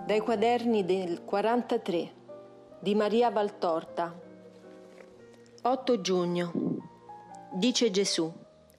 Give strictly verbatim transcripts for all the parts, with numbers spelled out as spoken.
Dai quaderni del quarantatré di Maria Valtorta. otto giugno. Dice Gesù: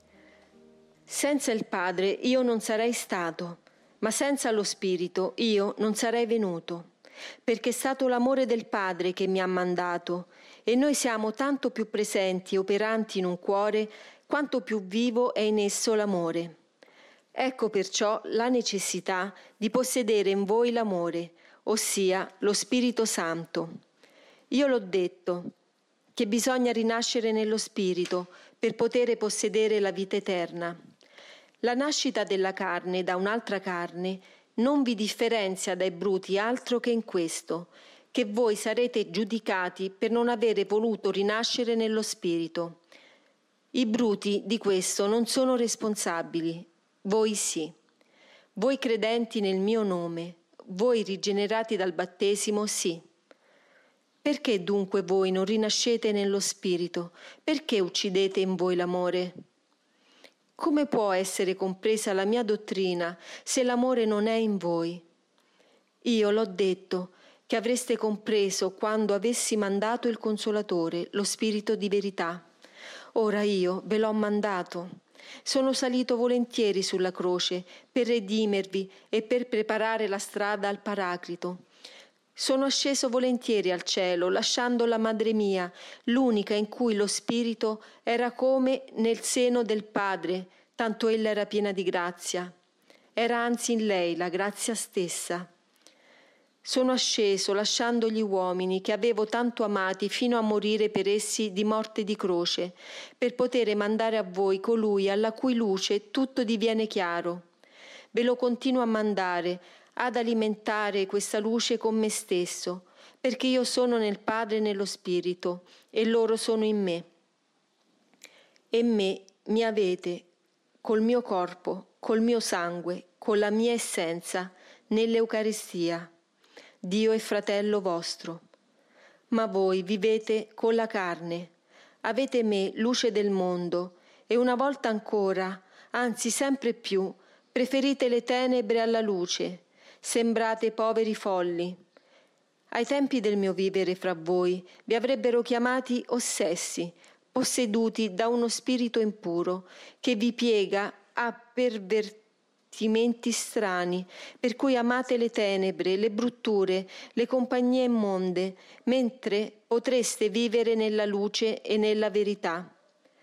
senza il Padre io non sarei stato, ma senza lo Spirito io non sarei venuto, perché è stato l'amore del Padre che mi ha mandato, e noi siamo tanto più presenti e operanti in un cuore quanto più vivo è in esso l'amore. Ecco perciò la necessità di possedere in voi l'amore, ossia lo Spirito Santo. Io l'ho detto, che bisogna rinascere nello Spirito per poter possedere la vita eterna. La nascita della carne da un'altra carne non vi differenzia dai bruti altro che in questo, che voi sarete giudicati per non avere voluto rinascere nello Spirito. I bruti di questo non sono responsabili, voi sì. Voi credenti nel mio nome, voi rigenerati dal battesimo, sì. Perché dunque voi non rinascete nello Spirito? Perché uccidete in voi l'amore? Come può essere compresa la mia dottrina se l'amore non è in voi? Io l'ho detto, che avreste compreso quando avessi mandato il Consolatore, lo Spirito di verità. Ora io ve l'ho mandato. Sono salito volentieri sulla croce per redimervi e per preparare la strada al Paraclito. Sono sceso volentieri al cielo, lasciando la madre mia, l'unica in cui lo Spirito era come nel seno del Padre, tanto ella era piena di grazia. Era anzi in lei la grazia stessa. Sono asceso lasciando gli uomini che avevo tanto amati fino a morire per essi di morte di croce, per poter mandare a voi colui alla cui luce tutto diviene chiaro. Ve lo continuo a mandare, ad alimentare questa luce con me stesso, perché io sono nel Padre e nello Spirito, e loro sono in me. E me mi avete col mio corpo, col mio sangue, con la mia essenza, nell'Eucaristia. Dio è fratello vostro. Ma voi vivete con la carne, avete me, luce del mondo, e una volta ancora, anzi sempre più, preferite le tenebre alla luce, sembrate poveri folli. Ai tempi del mio vivere fra voi vi avrebbero chiamati ossessi, posseduti da uno spirito impuro, che vi piega a pervertimenti strani, per cui amate le tenebre, le brutture, le compagnie immonde, mentre potreste vivere nella luce e nella verità.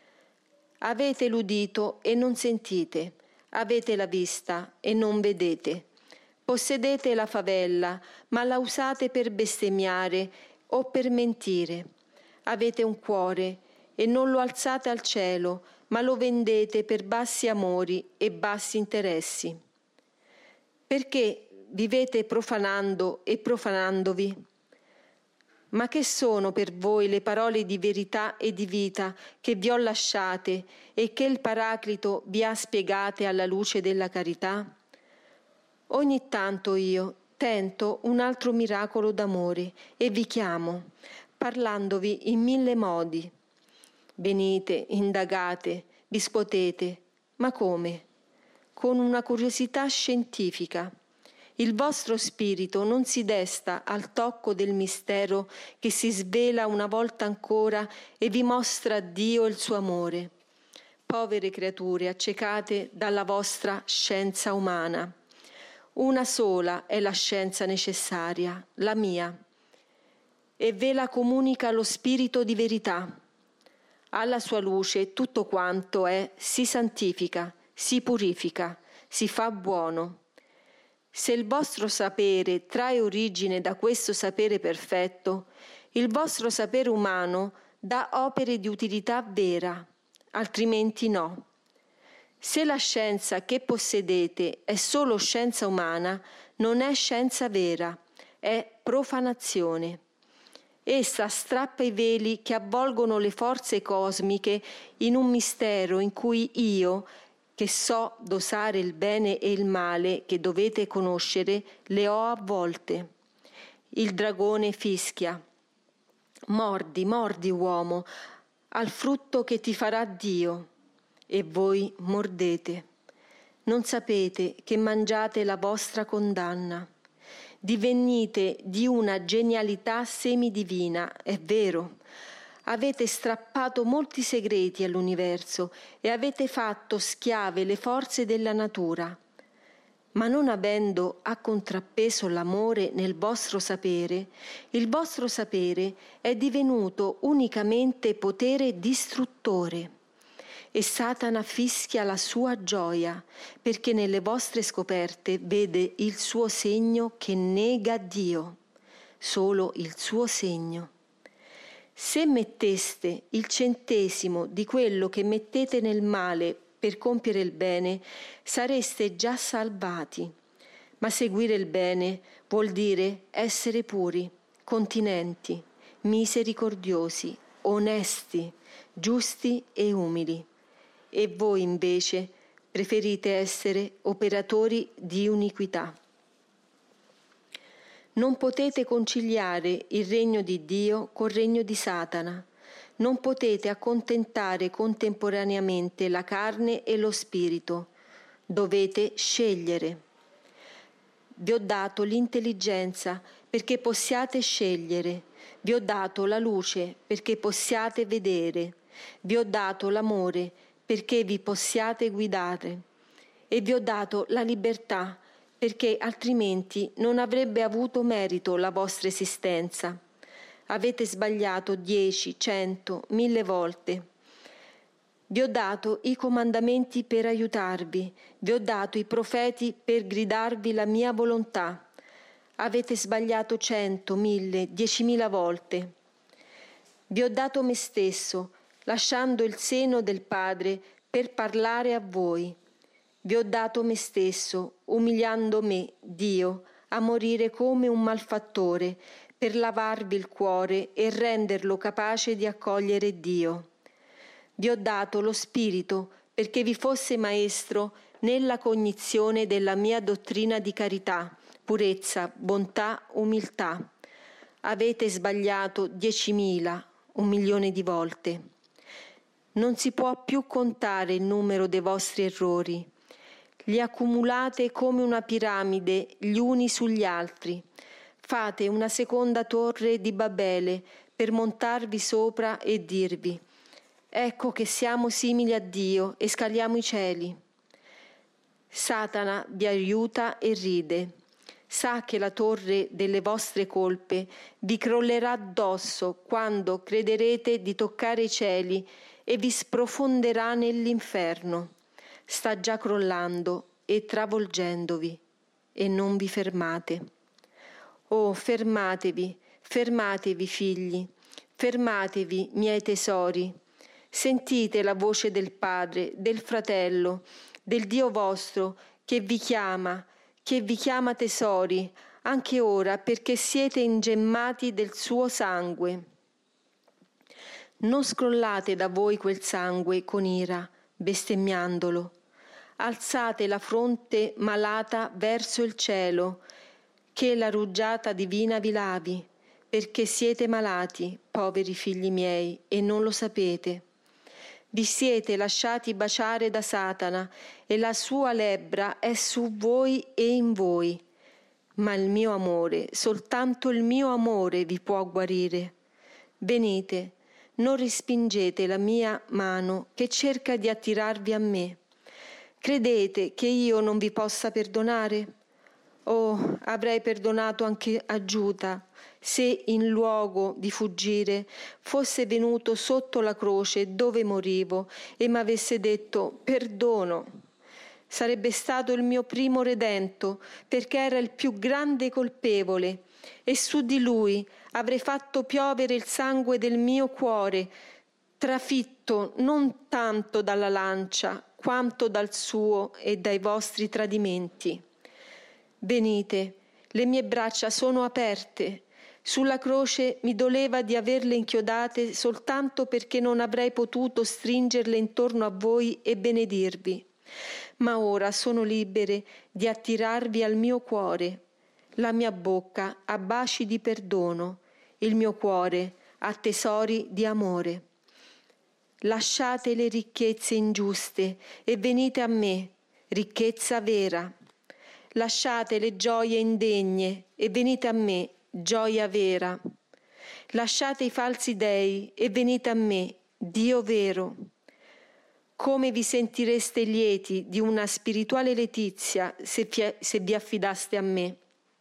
Avete l'udito e non sentite, avete la vista e non vedete. Possedete la favella, ma la usate per bestemmiare o per mentire. Avete un cuore e non lo alzate al cielo, ma lo vendete per bassi amori e bassi interessi. Perché vivete profanando e profanandovi? Ma che sono per voi le parole di verità e di vita che vi ho lasciate e che il Paraclito vi ha spiegate alla luce della carità? Ogni tanto io tento un altro miracolo d'amore e vi chiamo, parlandovi in mille modi. Venite, indagate, disputete, ma come? Con una curiosità scientifica. Il vostro spirito non si desta al tocco del mistero che si svela una volta ancora e vi mostra Dio il suo amore. Povere creature accecate dalla vostra scienza umana. Una sola è la scienza necessaria, la mia, e ve la comunica lo Spirito di verità. Alla sua luce tutto quanto è si santifica, si purifica, si fa buono. Se il vostro sapere trae origine da questo sapere perfetto, il vostro sapere umano dà opere di utilità vera, altrimenti no. Se la scienza che possedete è solo scienza umana, non è scienza vera, è profanazione. Essa strappa i veli che avvolgono le forze cosmiche in un mistero in cui io, che so dosare il bene e il male che dovete conoscere, le ho avvolte. Il dragone fischia: mordi, mordi, uomo, al frutto che ti farà Dio. E voi mordete. Non sapete che mangiate la vostra condanna. divenite di una genialità semidivina, è vero. Avete strappato molti segreti all'universo e avete fatto schiave le forze della natura. Ma non avendo a contrappeso l'amore nel vostro sapere, il vostro sapere è divenuto unicamente potere distruttore. E Satana fischia la sua gioia, perché nelle vostre scoperte vede il suo segno che nega Dio, solo il suo segno. Se metteste il centesimo di quello che mettete nel male per compiere il bene, sareste già salvati. Ma seguire il bene vuol dire essere puri, continenti, misericordiosi, onesti, giusti e umili. E voi invece preferite essere operatori di iniquità. Non potete conciliare il regno di Dio col regno di Satana. Non potete accontentare contemporaneamente la carne e lo spirito. Dovete scegliere. Vi ho dato l'intelligenza perché possiate scegliere. Vi ho dato la luce perché possiate vedere. Vi ho dato l'amore perché vi possiate guidare. E vi ho dato la libertà perché altrimenti non avrebbe avuto merito la vostra esistenza. Avete sbagliato dieci, cento, mille volte. Vi ho dato i comandamenti per aiutarvi, vi ho dato i profeti per gridarvi la mia volontà. Avete sbagliato cento, mille, diecimila volte. Vi ho dato me stesso, lasciando il seno del Padre per parlare a voi. Vi ho dato me stesso, umiliando me, Dio, a morire come un malfattore, per lavarvi il cuore e renderlo capace di accogliere Dio. Vi ho dato lo Spirito perché vi fosse maestro nella cognizione della mia dottrina di carità, purezza, bontà, umiltà. Avete sbagliato diecimila, un milione di volte. Non si può più contare il numero dei vostri errori. Li accumulate come una piramide gli uni sugli altri. Fate una seconda torre di Babele per montarvi sopra e dirvi: ecco che siamo simili a Dio e scaliamo i cieli. Satana vi aiuta e ride. Sa che la torre delle vostre colpe vi crollerà addosso quando crederete di toccare i cieli e vi sprofonderà nell'inferno. Sta già crollando e travolgendovi e non vi fermate. Oh, fermatevi, fermatevi figli, fermatevi miei tesori. Sentite la voce del Padre, del Fratello, del Dio vostro che vi chiama, che vi chiama tesori, anche ora perché siete ingemmati del suo sangue. Non scrollate da voi quel sangue con ira, bestemmiandolo. Alzate la fronte malata verso il cielo, che la rugiada divina vi lavi, perché siete malati, poveri figli miei, e non lo sapete. Vi siete lasciati baciare da Satana, e la sua lebbra è su voi e in voi. Ma il mio amore, soltanto il mio amore vi può guarire. Venite, non respingete la mia mano che cerca di attirarvi a me. Credete che io non vi possa perdonare? Oh, avrei perdonato anche a Giuda, se in luogo di fuggire fosse venuto sotto la croce dove morivo e m'avesse detto perdono. Sarebbe stato il mio primo redento, perché era il più grande colpevole, e su di lui avrei fatto piovere il sangue del mio cuore, trafitto non tanto dalla lancia, quanto dal suo e dai vostri tradimenti. Venite, le mie braccia sono aperte. Sulla croce mi doleva di averle inchiodate soltanto perché non avrei potuto stringerle intorno a voi e benedirvi. Ma ora sono libere di attirarvi al mio cuore. La mia bocca ha baci di perdono, il mio cuore ha tesori di amore. Lasciate le ricchezze ingiuste e venite a me, ricchezza vera. Lasciate le gioie indegne e venite a me, gioia vera. Lasciate i falsi dei e venite a me, Dio vero. Come vi sentireste lieti di una spirituale letizia se, fi- se vi affidaste a me?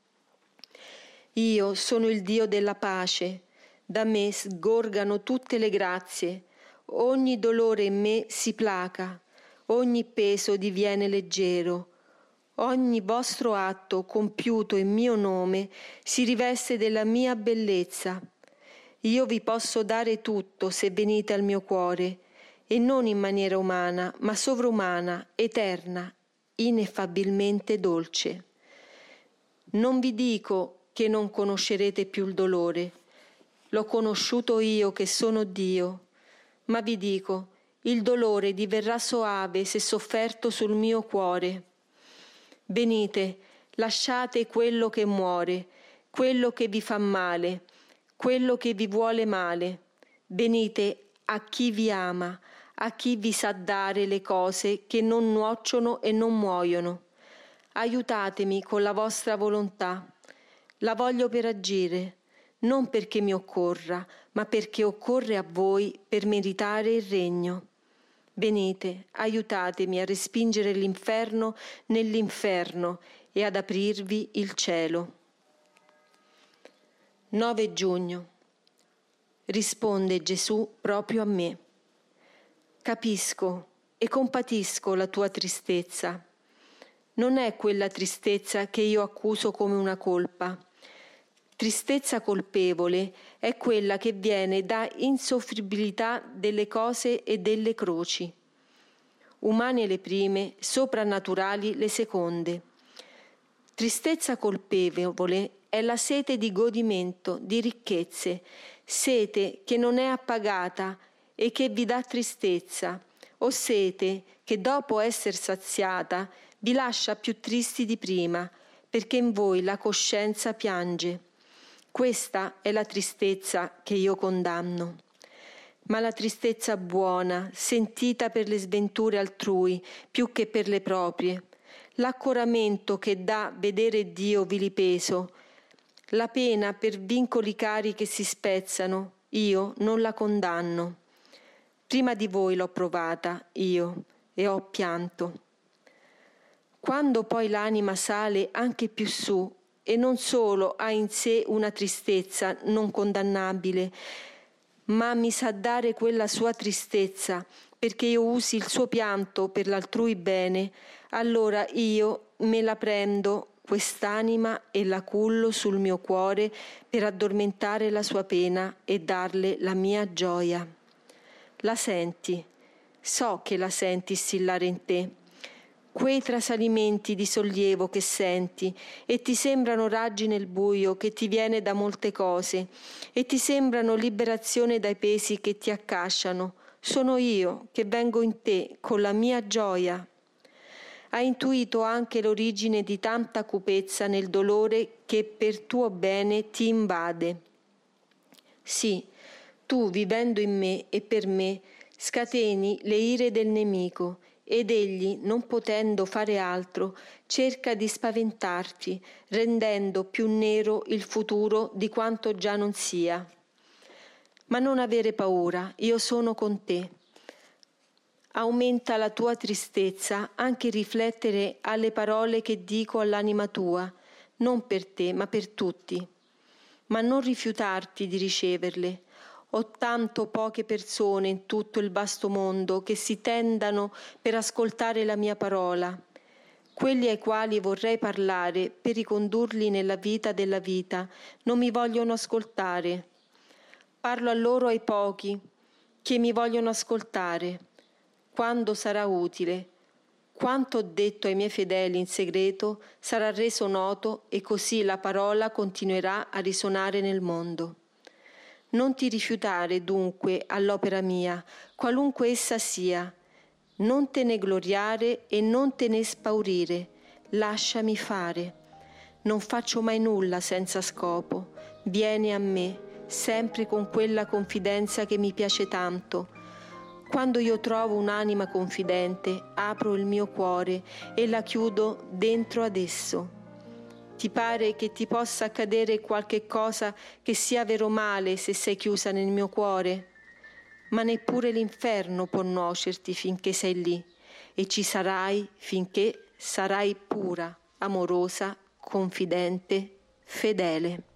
Io sono il Dio della pace, da me sgorgano tutte le grazie, ogni dolore in me si placa, ogni peso diviene leggero, ogni vostro atto compiuto in mio nome si riveste della mia bellezza. Io vi posso dare tutto se venite al mio cuore, e non in maniera umana, ma sovrumana, eterna, ineffabilmente dolce. Non vi dico che non conoscerete più il dolore. L'ho conosciuto io che sono Dio, ma vi dico, il dolore diverrà soave se sofferto sul mio cuore. Venite, lasciate quello che muore, quello che vi fa male, quello che vi vuole male. Venite a chi vi ama, a chi vi sa dare le cose che non nuociono e non muoiono. Aiutatemi con la vostra volontà. La voglio per agire, non perché mi occorra, ma perché occorre a voi per meritare il regno. Venite, aiutatemi a respingere l'inferno nell'inferno e ad aprirvi il cielo. nove giugno. Risponde Gesù proprio a me. Capisco e compatisco la tua tristezza. Non è quella tristezza che io accuso come una colpa. Tristezza colpevole è quella che viene da insoffribilità delle cose e delle croci. Umane le prime, soprannaturali le seconde. Tristezza colpevole è la sete di godimento, di ricchezze, sete che non è appagata e che vi dà tristezza, o sete che dopo esser saziata vi lascia più tristi di prima, perché in voi la coscienza piange. Questa è la tristezza che io condanno. Ma la tristezza buona, sentita per le sventure altrui più che per le proprie, l'accoramento che dà vedere Dio vilipeso, la pena per vincoli cari che si spezzano, io non la condanno. Prima di voi l'ho provata, io, e ho pianto. Quando poi l'anima sale anche più su, e non solo ha in sé una tristezza non condannabile, ma mi sa dare quella sua tristezza perché io usi il suo pianto per l'altrui bene, allora io me la prendo quest'anima e la cullo sul mio cuore per addormentare la sua pena e darle la mia gioia. La senti, so che la senti stillare in te. Quei trasalimenti di sollievo che senti e ti sembrano raggi nel buio che ti viene da molte cose e ti sembrano liberazione dai pesi che ti accasciano, sono io che vengo in te con la mia gioia. Hai intuito anche l'origine di tanta cupezza nel dolore che per tuo bene ti invade. Sì, tu vivendo in me e per me scateni le ire del nemico, ed egli, non potendo fare altro, cerca di spaventarti, rendendo più nero il futuro di quanto già non sia. Ma non avere paura, io sono con te. Aumenta la tua tristezza anche riflettere alle parole che dico all'anima tua, non per te, ma per tutti. Ma non rifiutarti di riceverle. Ho tanto poche persone in tutto il vasto mondo che si tendano per ascoltare la mia parola. Quelli ai quali vorrei parlare per ricondurli nella vita della vita non mi vogliono ascoltare. Parlo a loro ai pochi che mi vogliono ascoltare. Quando sarà utile, quanto ho detto ai miei fedeli in segreto sarà reso noto e così la parola continuerà a risuonare nel mondo. Non ti rifiutare dunque all'opera mia, qualunque essa sia. Non te ne gloriare e non te ne spaurire. Lasciami fare. Non faccio mai nulla senza scopo. Vieni a me, sempre con quella confidenza che mi piace tanto. Quando io trovo un'anima confidente, apro il mio cuore e la chiudo dentro ad esso. Ti pare che ti possa accadere qualche cosa che sia vero male se sei chiusa nel mio cuore? Ma neppure l'inferno può nuocerti finché sei lì, e ci sarai finché sarai pura, amorosa, confidente, fedele.